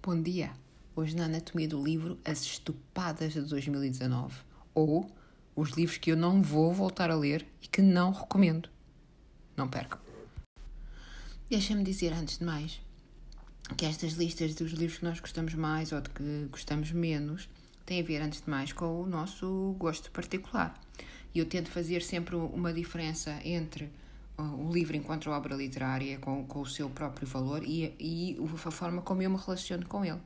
Bom dia! Hoje na Anatomia do Livro, as estupadas de 2019. Ou os livros que eu não vou voltar a ler e que não recomendo. Não percam. Deixa-me dizer, antes de mais, que estas listas dos livros que nós gostamos mais ou de que gostamos menos têm a ver, antes de mais, com o nosso gosto particular. E eu tento fazer sempre uma diferença entre o livro enquanto obra literária, com o seu próprio valor e a forma como eu me relaciono com ele.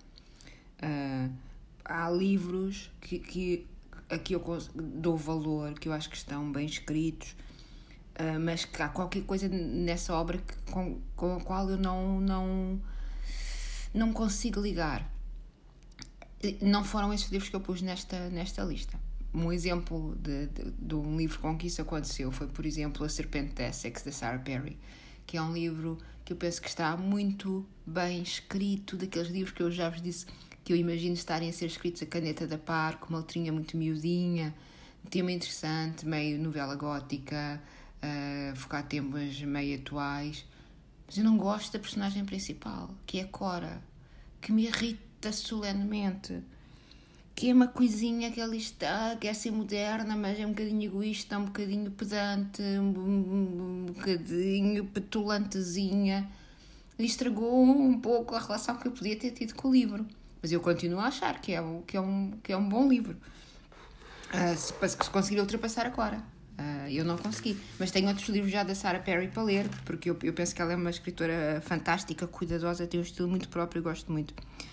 Há livros que eu dou valor, que eu acho que estão bem escritos, mas que há qualquer coisa nessa obra com a qual eu não consigo ligar. Não foram esses livros que eu pus nesta lista. Um exemplo de um livro com que isso aconteceu foi, por exemplo, A Serpente de Essex, da Sarah Perry, que é um livro que eu penso que está muito bem escrito, daqueles livros que eu já vos disse que eu imagino estarem a ser escritos a caneta da par, com uma letrinha muito miudinha, um tema interessante, meio novela gótica, focar temas meio atuais. Mas eu não gosto da personagem principal, que é a Cora, que me irrita solenemente, que é uma coisinha que ela está, quer ser moderna, mas é um bocadinho egoísta, um bocadinho pedante, um bocadinho petulantezinha, e estragou um pouco a relação que eu podia ter tido com o livro. Mas eu continuo a achar que é um bom livro. Se conseguir ultrapassar a Cora. Eu não consegui. Mas tenho outros livros já da Sarah Perry para ler, porque eu penso que ela é uma escritora fantástica, cuidadosa, tem um estilo muito próprio e gosto muito.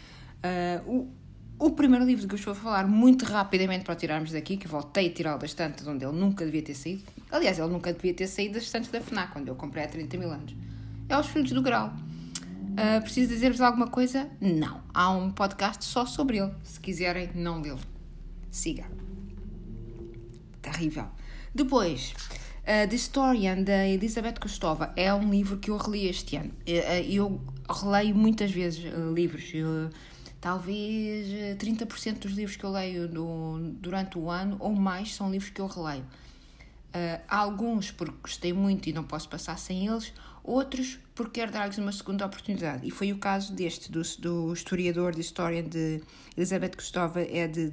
O primeiro livro que eu estou a falar, muito rapidamente para o tirarmos daqui, que voltei a tirá-lo das estantes onde ele nunca devia ter saído. Aliás, ele nunca devia ter saído das estantes da FNAC, quando eu comprei há 30 mil anos. É Os Filhos do Grau. Preciso dizer-vos alguma coisa? Não. Há um podcast só sobre ele. Se quiserem não lê-lo. Siga. Terrível. Depois, The Historian, da Elizabeth Kostova, é um livro que eu reli este ano. Eu releio muitas vezes livros. Talvez 30% dos livros que eu leio durante o ano ou mais são livros que eu releio. Alguns porque gostei muito e não posso passar sem eles, outros porque quero dar-lhes uma segunda oportunidade. E foi o caso deste, do historiador de História de Elizabeth Kostova, é de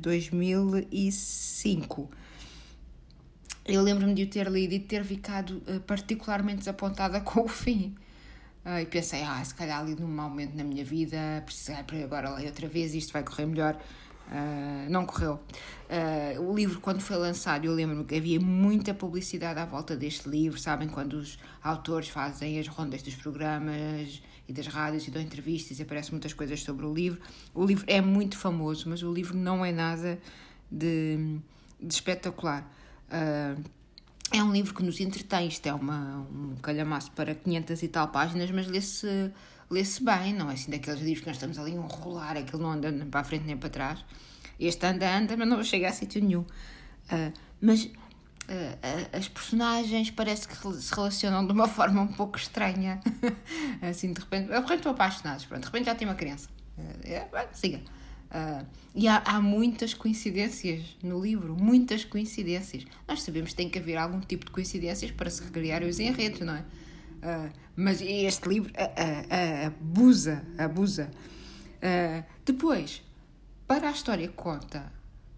2005. Eu lembro-me de o ter lido e de ter ficado particularmente desapontada com o fim. E pensei, se calhar ali num mau momento na minha vida, agora leio outra vez, isto vai correr melhor. Não correu. O livro, quando foi lançado, eu lembro-me que havia muita publicidade à volta deste livro, sabem, quando os autores fazem as rondas dos programas e das rádios e dão entrevistas e aparecem muitas coisas sobre o livro. O livro é muito famoso, mas o livro não é nada de espetacular. É um livro que nos entretém, isto é um calhamaço para 500 e tal páginas, mas lê-se bem, não é assim daqueles livros que nós estamos ali a enrolar, aquilo não anda para a frente nem para trás. Este anda, mas não chega a sítio nenhum. Mas as personagens parece que se relacionam de uma forma um pouco estranha. Assim, de repente estou apaixonados, de repente já tem uma criança. Siga. E há muitas coincidências no livro, muitas coincidências. Nós sabemos que tem que haver algum tipo de coincidências para se recriar os enredos, não é? Mas este livro abusa. Depois, para a história que conta,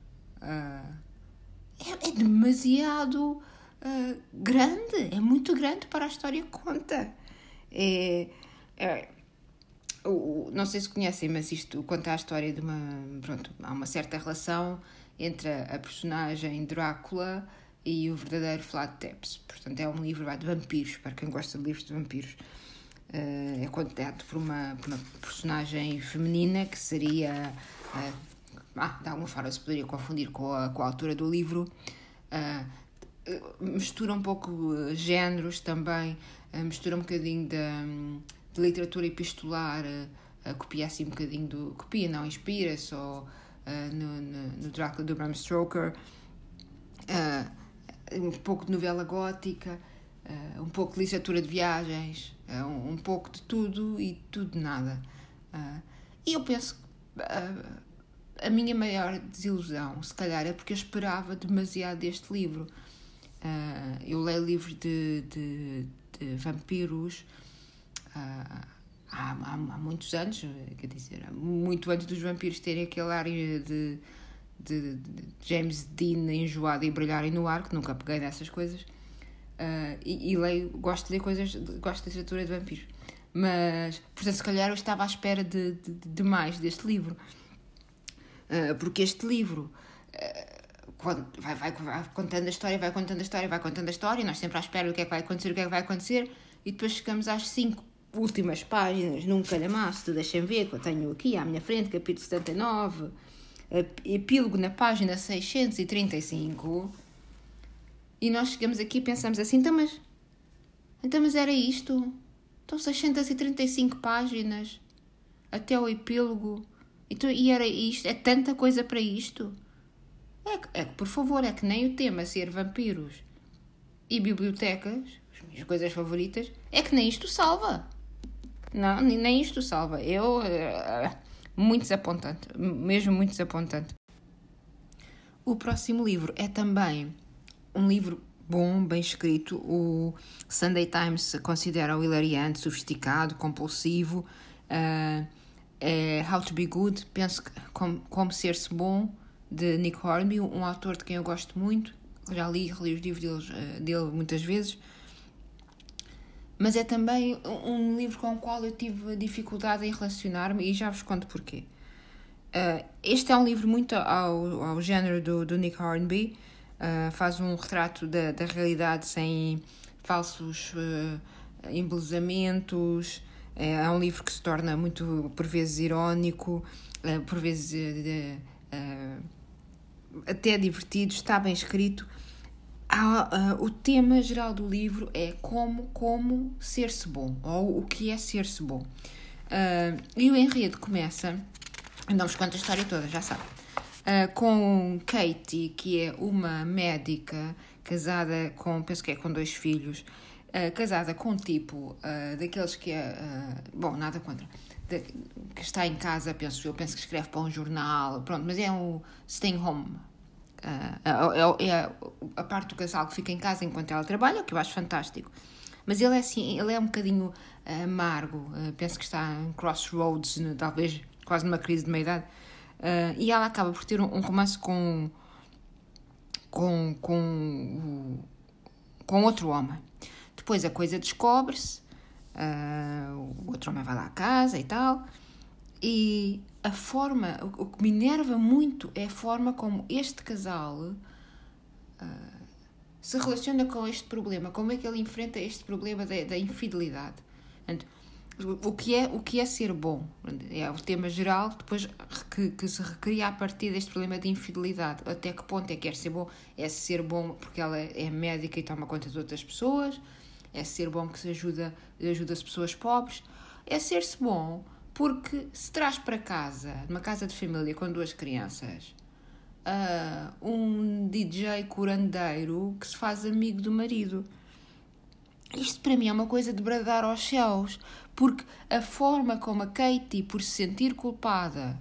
é demasiado grande, é muito grande para a história que conta. Não sei se conhecem, mas isto conta a história de há uma certa relação entre a personagem Drácula e o verdadeiro Vlad Tepes. Portanto, é um livro de vampiros, para quem gosta de livros de vampiros. É contado por uma personagem feminina que seria... de alguma forma se poderia confundir com a autora do livro. Mistura um pouco géneros também, mistura um bocadinho de literatura epistolar, copia assim um bocadinho inspira-se no Drácula do Bram Stoker, um pouco de novela gótica, um pouco de literatura de viagens, um pouco de tudo e tudo de nada. E eu penso que a minha maior desilusão, se calhar, é porque eu esperava demasiado deste livro. Eu leio livros de vampiros há muitos anos, quer dizer, muito antes dos vampiros terem aquele ar de James Dean enjoado e brilharem no ar, que nunca peguei nessas coisas. E leio, gosto de ler coisas, gosto de literatura de vampiros. Mas, portanto, se calhar eu estava à espera de mais deste livro. Porque este livro vai contando a história, e nós sempre à espera do que é que vai acontecer, e depois chegamos às 5 últimas páginas num calhamaço, deixem ver, que eu tenho aqui à minha frente, capítulo 79, epílogo na página 635, e nós chegamos aqui e pensamos assim, então mas era isto? Então 635 páginas até o epílogo, e era isto? É tanta coisa para isto? É que, por favor, é que nem o tema ser vampiros e bibliotecas, as minhas coisas favoritas, é que nem isto salva. Não, nem isto salva. Muito desapontante, mesmo muito desapontante. O próximo livro é também um livro bom, bem escrito. O Sunday Times considera-o hilariante, sofisticado, compulsivo. É How to Be Good, penso que como ser-se bom, de Nick Hornby, um autor de quem eu gosto muito. Já reli os livros dele muitas vezes. Mas é também um livro com o qual eu tive dificuldade em relacionar-me, e já vos conto porquê. Este é um livro muito ao género do Nick Hornby. Faz um retrato da realidade sem falsos embelezamentos. É um livro que se torna muito, por vezes, irónico, por vezes até divertido, está bem escrito. O tema geral do livro é como ser-se bom, ou o que é ser-se bom. E o enredo começa, não vos conto a história toda, já sabem, com Katie, que é uma médica casada penso que é com 2 filhos, casada com um tipo daqueles que bom, nada contra, que está em casa, penso que escreve para um jornal, pronto, mas é um staying home. É a parte do casal que fica em casa enquanto ela trabalha, que eu acho fantástico. Mas ele é assim, ele é um bocadinho amargo, penso que está em crossroads, talvez quase numa crise de meia-idade, e ela acaba por ter um romance com outro homem. Depois a coisa descobre-se, o outro homem vai lá à casa e tal, e a forma, o que me enerva muito é a forma como este casal se relaciona com este problema, como é que ele enfrenta este problema da infidelidade. Portanto, o que é ser bom? É o tema geral, depois que se recria a partir deste problema de infidelidade. Até que ponto é que ser bom? É ser bom porque ela é médica e toma conta de outras pessoas? É ser bom que ajuda as pessoas pobres? É ser-se bom porque se traz para casa, numa casa de família com 2 crianças, um DJ curandeiro que se faz amigo do marido. Isto para mim é uma coisa de bradar aos céus, porque a forma como a Katie, por se sentir culpada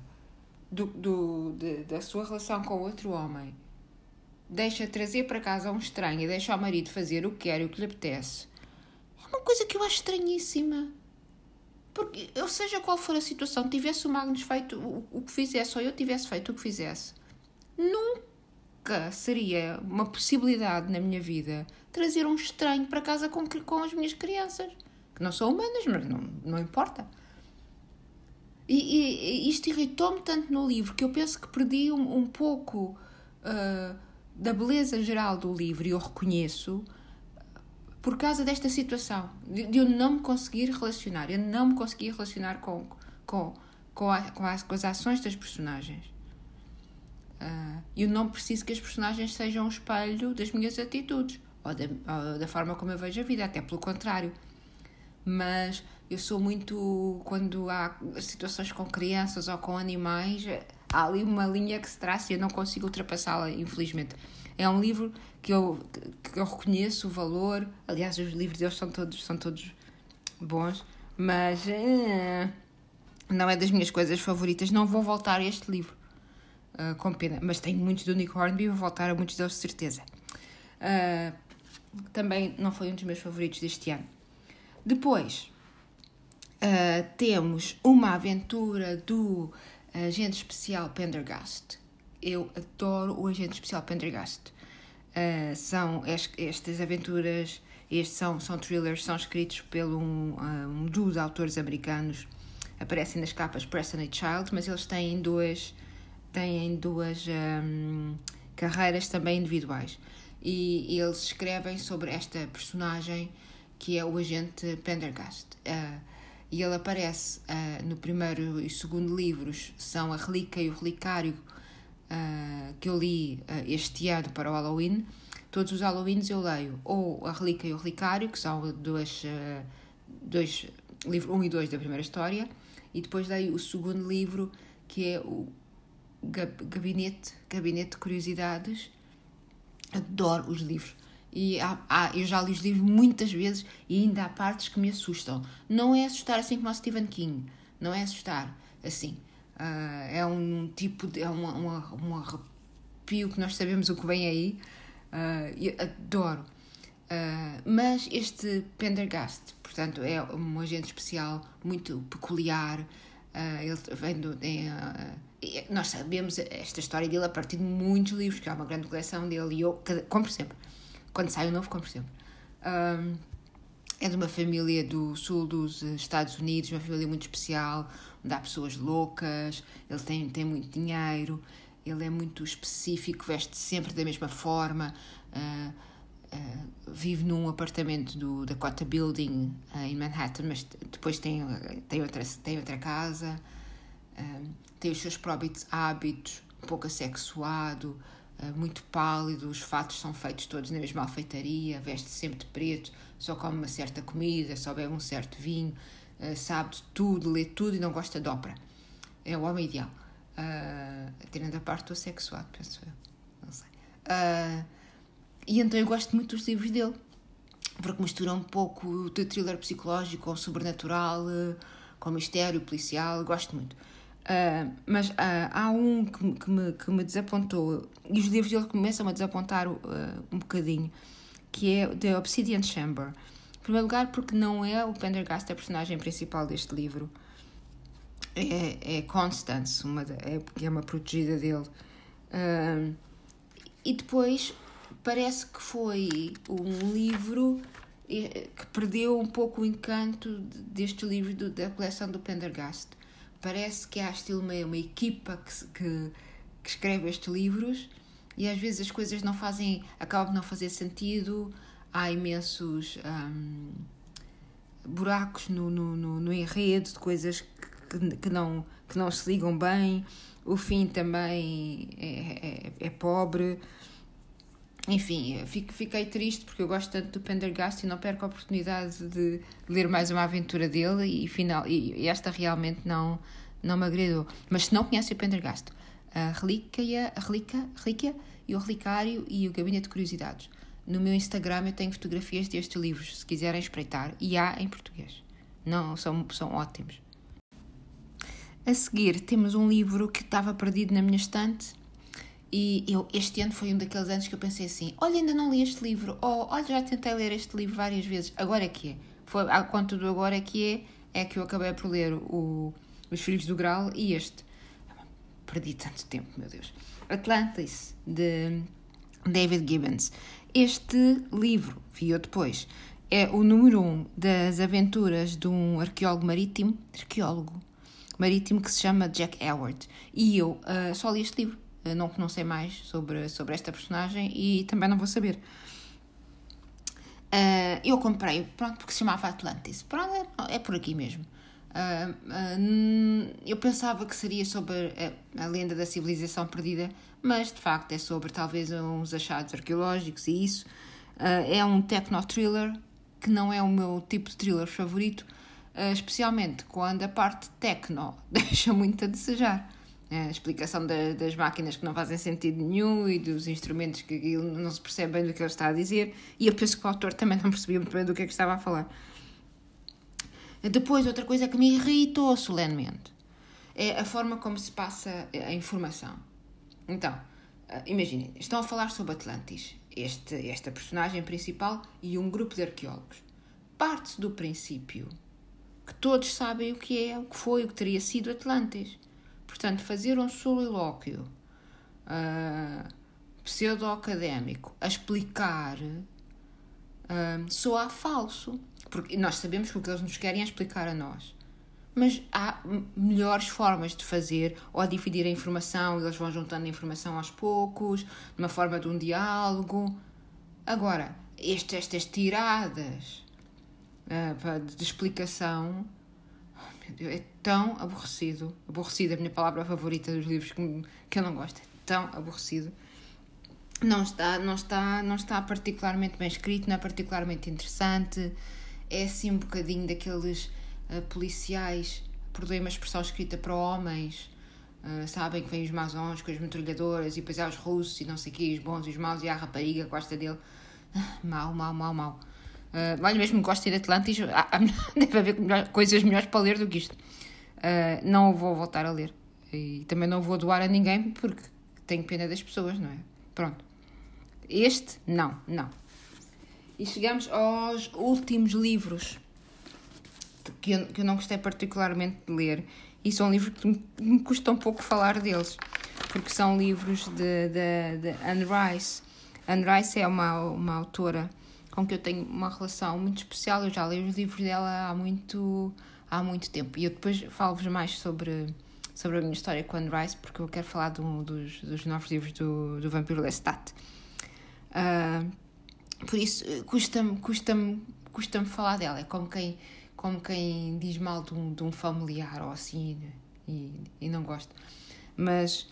da sua relação com outro homem, deixa trazer para casa um estranho e deixa o marido fazer o que quer e o que lhe apetece, é uma coisa que eu acho estranhíssima. Porque, ou seja qual for a situação, tivesse o Magnus feito o que fizesse, ou eu tivesse feito o que fizesse, nunca seria uma possibilidade na minha vida trazer um estranho para casa com as minhas crianças, que não são humanas, mas não importa. E isto irritou-me tanto no livro que eu penso que perdi um pouco da beleza geral do livro, e eu reconheço, por causa desta situação, de eu não me conseguir relacionar. Eu não me conseguia relacionar com as ações das personagens. Eu não preciso que as personagens sejam um espelho das minhas atitudes, ou da forma como eu vejo a vida, até pelo contrário. Mas eu sou muito... Quando há situações com crianças ou com animais, há ali uma linha que se traça e eu não consigo ultrapassá-la, infelizmente. É um livro que eu reconheço o valor. Aliás, os livros deles são todos bons, mas não é das minhas coisas favoritas. Não vou voltar a este livro, com pena. Mas tenho muitos do Nick Hornby e vou voltar a muitos deles de certeza. Também não foi um dos meus favoritos deste ano. Depois, Temos uma aventura do agente especial Pendergast. Eu adoro o agente especial Pendergast. São estas aventuras, são thrillers, são escritos por um dos autores americanos. Aparecem nas capas Preston e Child, mas eles têm duas carreiras também individuais. E eles escrevem sobre esta personagem que é o agente Pendergast. E ele aparece no primeiro e segundo livros, são a Relíquia e o Relicário, que eu li este ano para o Halloween. Todos os Halloweens eu leio ou a Relíquia e o Relicário, que são dois livros 1 e 2 da primeira história, e depois leio o segundo livro, que é o Gabinete de Curiosidades. Adoro os livros. E eu já li os livros muitas vezes e ainda há partes que me assustam. Não é assustar assim como o Stephen King. Não é assustar assim. É um tipo de... É um arrepio que nós sabemos o que vem aí. Eu adoro. Mas este Pendergast, portanto, é um agente especial muito peculiar. Ele vem nós sabemos esta história dele a partir de muitos livros, que há uma grande coleção dele, e eu compro sempre. Quando sai um novo, compro sempre. É de uma família do sul dos Estados Unidos, uma família muito especial, onde há pessoas loucas, ele tem muito dinheiro, ele é muito específico, veste sempre da mesma forma, vive num apartamento do Dakota Building em Manhattan, mas depois tem outra casa, tem os seus próprios hábitos, um pouco assexuado, muito pálido, os fatos são feitos todos na mesma alfeitaria, veste sempre de preto, só come uma certa comida, só bebe um certo vinho, sabe de tudo, lê tudo e não gosta de ópera. É o homem ideal. Tirando a parte do assexuado, penso eu. Não sei. E então eu gosto muito dos livros dele, porque mistura um pouco de thriller psicológico com sobrenatural, com mistério policial, gosto muito. Mas há um que me desapontou, e os livros dele começam a desapontar um bocadinho, que é The Obsidian Chamber. Em primeiro lugar, porque não é o Pendergast a personagem principal deste livro, é Constance, que é uma protegida dele. E depois parece que foi um livro que perdeu um pouco o encanto deste livro da coleção do Pendergast. Parece que há estilo uma equipa que escreve estes livros e às vezes as coisas acabam de não fazer sentido, há imensos buracos no enredo, de coisas que não se ligam bem, o fim também é pobre. Enfim, fiquei triste porque eu gosto tanto do Pendergast e não perco a oportunidade de ler mais uma aventura dele e esta realmente não me agradou. Mas se não conhece o Pendergast, a Relíquia e o Relicário e o Gabinete de Curiosidades, no meu Instagram eu tenho fotografias destes livros, se quiserem espreitar, e há em português. Não, são ótimos. A seguir temos um livro que estava perdido na minha estante. E este ano foi um daqueles anos que eu pensei assim, olha, ainda não li este livro, olha, já tentei ler este livro várias vezes, agora é que é. Foi a conta do agora é que eu acabei por ler Os Filhos do Graal e este. Perdi tanto tempo, meu Deus. Atlantis, de David Gibbons. Este livro, vi eu depois, é o número 1 das aventuras de um arqueólogo marítimo que se chama Jack Howard. E eu só li este livro. Não sei mais sobre esta personagem e também não vou saber. Eu comprei, porque se chamava Atlantis. É por aqui mesmo. Eu pensava que seria sobre a lenda da civilização perdida, mas de facto é sobre talvez uns achados arqueológicos e isso. É um techno-thriller, que não é o meu tipo de thriller favorito, especialmente quando a parte techno deixa muito a desejar. A explicação das máquinas que não fazem sentido nenhum e dos instrumentos que não se percebe bem do que ele está a dizer, e eu penso que o autor também não percebia muito bem do que é que estava a falar. Depois, outra coisa que me irritou solenemente é a forma como se passa a informação. Então, imaginem, estão a falar sobre Atlantis, esta personagem principal e um grupo de arqueólogos. Parte-se do princípio que todos sabem o que foi, o que teria sido Atlantis. Portanto, fazer um solilóquio pseudo-académico a explicar soa falso. Porque nós sabemos que o que eles nos querem é explicar a nós. Mas há melhores formas de fazer, ou de dividir a informação, e eles vão juntando a informação aos poucos, numa forma de um diálogo. Agora, estas tiradas de explicação, oh, meu Deus, é tão aborrecido. Aborrecido é a minha palavra favorita dos livros que eu não gosto. É tão aborrecido. Não está particularmente bem escrito, não é particularmente interessante. É assim um bocadinho daqueles policiais, perdoem-me a expressão escrita para homens, sabem que vêm os masons com as metralhadoras e depois há os russos e não sei o quê, os bons e os maus, e há a rapariga que gosta dele. Mau. Olha, mesmo que gosto de Atlantis, deve haver coisas melhores para ler do que isto. Não vou voltar a ler. E também não vou doar a ninguém porque tenho pena das pessoas, não é? Pronto. Este, não. E chegamos aos últimos livros que eu não gostei particularmente de ler. E são livros que me custa um pouco falar deles. Porque são livros de Anne Rice. Anne Rice é uma autora com que eu tenho uma relação muito especial. Eu já leio os livros dela há muito tempo. E eu depois falo-vos mais sobre a minha história com Anne Rice, porque eu quero falar dos novos livros do Vampiro Lestat. Por isso, custa-me falar dela. É como quem diz mal de um familiar ou assim, e não gosto. Mas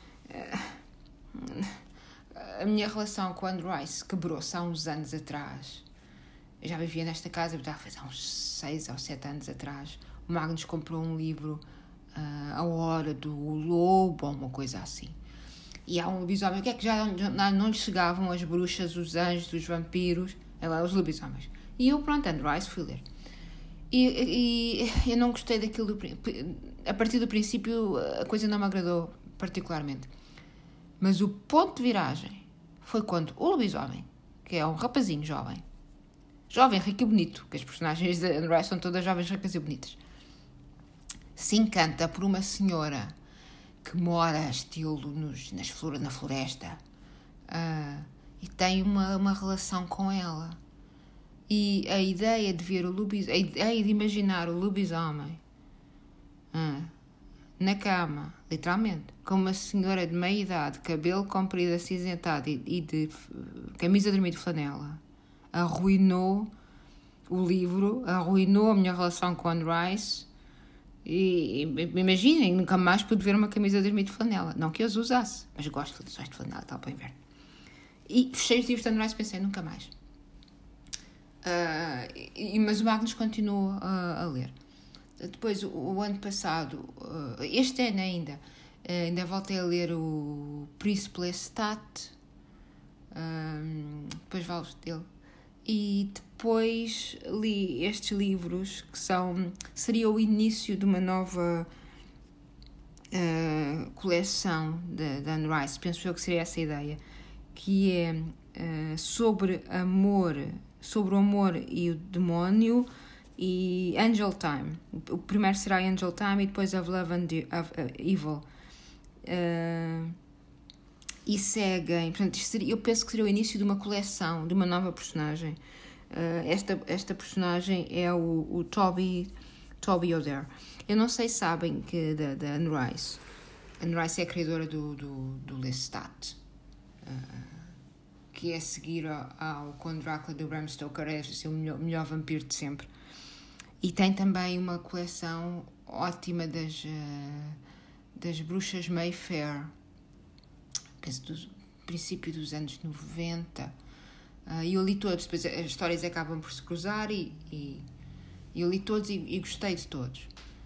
a minha relação com Anne Rice quebrou-se há uns anos atrás. Eu já vivia nesta casa, há uns 6 ou 7 anos atrás. O Magnus comprou um livro, A Hora do Lobo, ou uma coisa assim. E há um lobisomem. O que é que já não lhe chegavam as bruxas, os anjos, os vampiros, os lobisomens? E eu, pronto, Anne Rice, fui ler. E eu não gostei daquilo. A partir do princípio, a coisa não me agradou particularmente. Mas o ponto de viragem foi quando o lobisomem, que é um rapazinho jovem, rico e bonito, que as personagens da Anne Rice são todas jovens, ricas e bonitas, se encanta por uma senhora que mora estilo na floresta, e tem uma relação com ela. E a ideia de ver a ideia de imaginar o lobisomem na cama, literalmente, com uma senhora de meia idade, cabelo comprido acinzentado e de camisa de dormir de flanela, arruinou o livro, arruinou a minha relação com Anne Rice. E imaginem, nunca mais pude ver uma camisa de dormir de flanela. Não que eu as usasse, mas gosto de edições de flanela, tal, para o inverno. E fechei os livros de Anne Rice e pensei, nunca mais. Mas o Magnus continua a ler. Depois, o ano passado, este ano ainda voltei a ler o Príncipe Lestat, depois falo dele. E depois li estes livros que seria o início de uma nova coleção da Anne Rice, penso eu que seria essa a ideia, que é sobre o amor e o demónio, e Angel Time. O primeiro será Angel Time e depois Of Love and Evil. E seguem, portanto, eu penso que seria o início de uma coleção, de uma nova personagem. Esta personagem é o Toby O'Dare. Eu não sei se sabem que da Anne Rice. Anne Rice é a criadora do Lestat, que é a seguir ao Conde Drácula do Bram Stoker, é o melhor vampiro de sempre. E tem também uma coleção ótima das bruxas Mayfair, penso do princípio dos anos 90. E eu li todos, depois as histórias acabam por se cruzar e eu li todos e gostei de todos.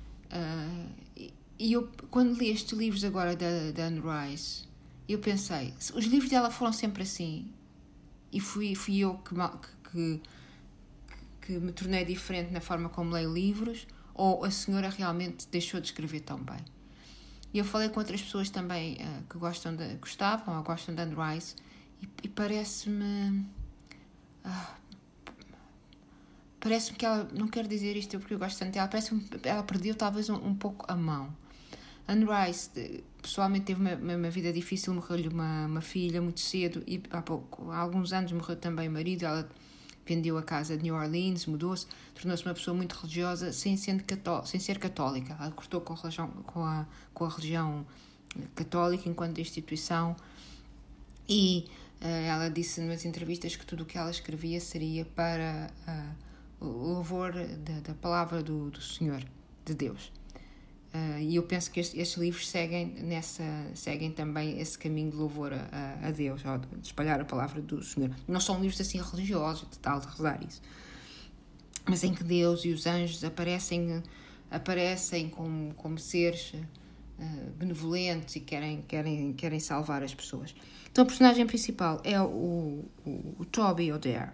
E eu, quando li estes livros agora da Anne Rice, eu pensei, os livros dela foram sempre assim, e fui eu que me tornei diferente na forma como leio livros, ou a senhora realmente deixou de escrever tão bem. E eu falei com outras pessoas também que gostavam ou gostam de Anne Rice, e parece-me parece-me que ela, não quero dizer isto porque eu gosto tanto dela, parece-me que ela perdeu talvez um pouco a mão. Anne Rice, pessoalmente, teve uma vida difícil, morreu-lhe uma filha muito cedo e há alguns anos morreu também o marido. Ela vendeu a casa de New Orleans, mudou-se, tornou-se uma pessoa muito religiosa sem ser católica. Ela cortou com a religião católica enquanto instituição e ela disse nas entrevistas que tudo o que ela escrevia seria para o louvor da palavra do Senhor, de Deus. E eu penso que estes livros seguem também esse caminho de louvor a Deus, de espalhar a palavra do Senhor. Não são livros assim religiosos, de tal de rezar isso, mas em que Deus e os anjos aparecem como seres benevolentes e querem salvar as pessoas. Então, o personagem principal é o Toby O'Dare.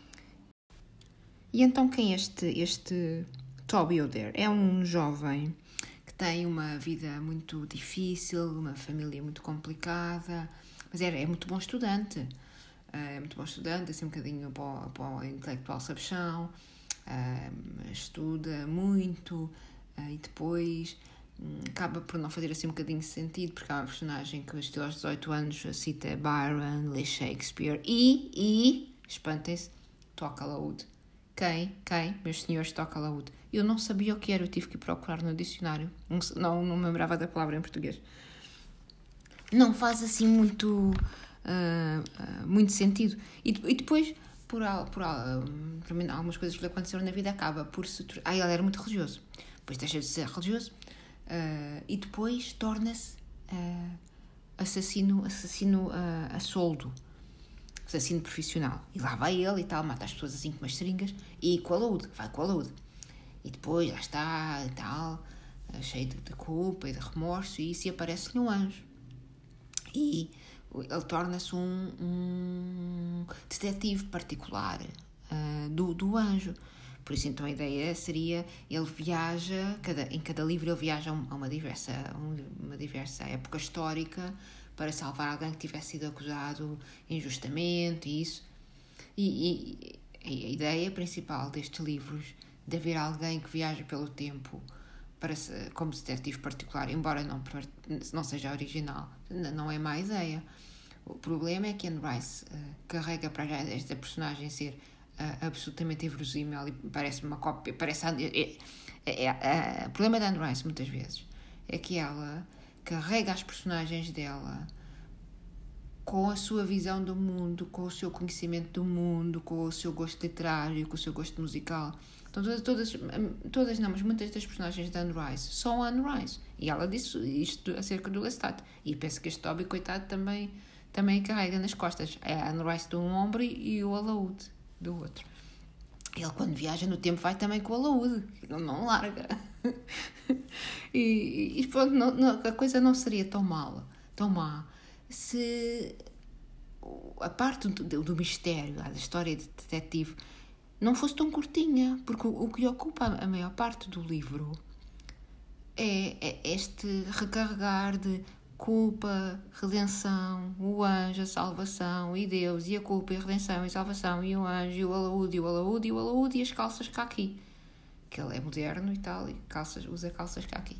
E então, quem é este Toby O'Dare? É um jovem que tem uma vida muito difícil, uma família muito complicada, mas é muito bom estudante. Assim um bocadinho para o intelectual sabichão, estuda muito e depois acaba por não fazer assim um bocadinho de sentido, porque há uma personagem que aos 18 anos cita Byron, lê Shakespeare e espantem-se, toca laúde. Quem? Meus senhores, toca laúde. Eu não sabia o que era, eu tive que procurar no dicionário. Não me lembrava da palavra em português. Não faz assim muito sentido. E depois, por algumas coisas que lhe aconteceram na vida, acaba por se... ele era muito religioso. Depois deixa de ser religioso. E depois torna-se assassino a soldo. Assassino profissional. E lá vai ele e tal, mata as pessoas assim com umas seringas e vai com a laúde. E depois lá está e tal, cheio de culpa e de remorso, e isso, e aparece-lhe um anjo. E ele torna-se um detetive particular do anjo. Por isso, então, a ideia seria, ele viaja, em cada livro ele viaja a uma diversa época histórica para salvar alguém que tivesse sido acusado injustamente e isso. E a ideia principal destes livros, de haver alguém que viaja pelo tempo como detetive particular, embora não seja original, não é má ideia. O problema é que Anne Rice carrega para já esta personagem ser absolutamente inverossímil e parece uma cópia. O problema da Anne Rice, muitas vezes, é que ela carrega as personagens dela com a sua visão do mundo, com o seu conhecimento do mundo, com o seu gosto literário, com o seu gosto musical. Então, todas não, mas muitas das personagens da Anne Rice são Anne Rice. E ela disse isto acerca do Lestat. E penso que este Toby, coitado, também carrega nas costas. É a Anne Rice de um ombro e o alaúde do outro. Ele, quando viaja no tempo, vai também com o alaúde. Ele não larga. E pronto, a coisa não seria tão má se a parte do mistério, da história de detetive, não fosse tão curtinha, porque o que ocupa a maior parte do livro é este recarregar de culpa, redenção, o anjo, a salvação e Deus, e a culpa, e a redenção, e a salvação, e o anjo, e o alaúde, e as calças caqui, que ele é moderno e tal, e usa calças caqui.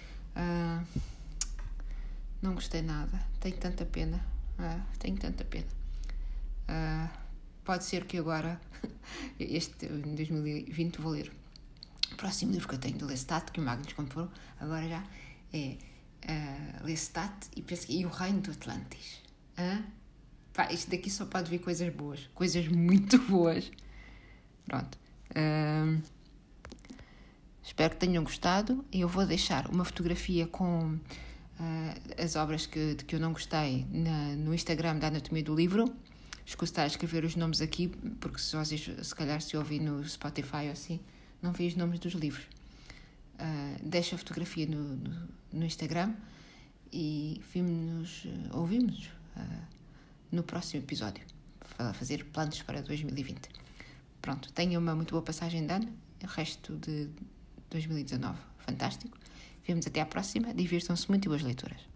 Não gostei nada, tenho tanta pena. Pode ser que agora, em 2020, vou ler o próximo livro que eu tenho do Lestat, que o Magnus comprou, agora já é Lestat e o Reino do Atlantis. Isto daqui só pode vir coisas boas, coisas muito boas. Pronto. Espero que tenham gostado. Eu vou deixar uma fotografia com as obras de que eu não gostei no Instagram da Anatomia do Livro. Escuso estar a escrever os nomes aqui, porque se calhar se ouvir no Spotify ou assim, não vi os nomes dos livros. Deixo a fotografia no Instagram e ouvimos no próximo episódio, para fazer planos para 2020. Pronto, tenham uma muito boa passagem de ano, o resto de 2019 fantástico. Vemo até à próxima, divirtam-se muito e boas leituras.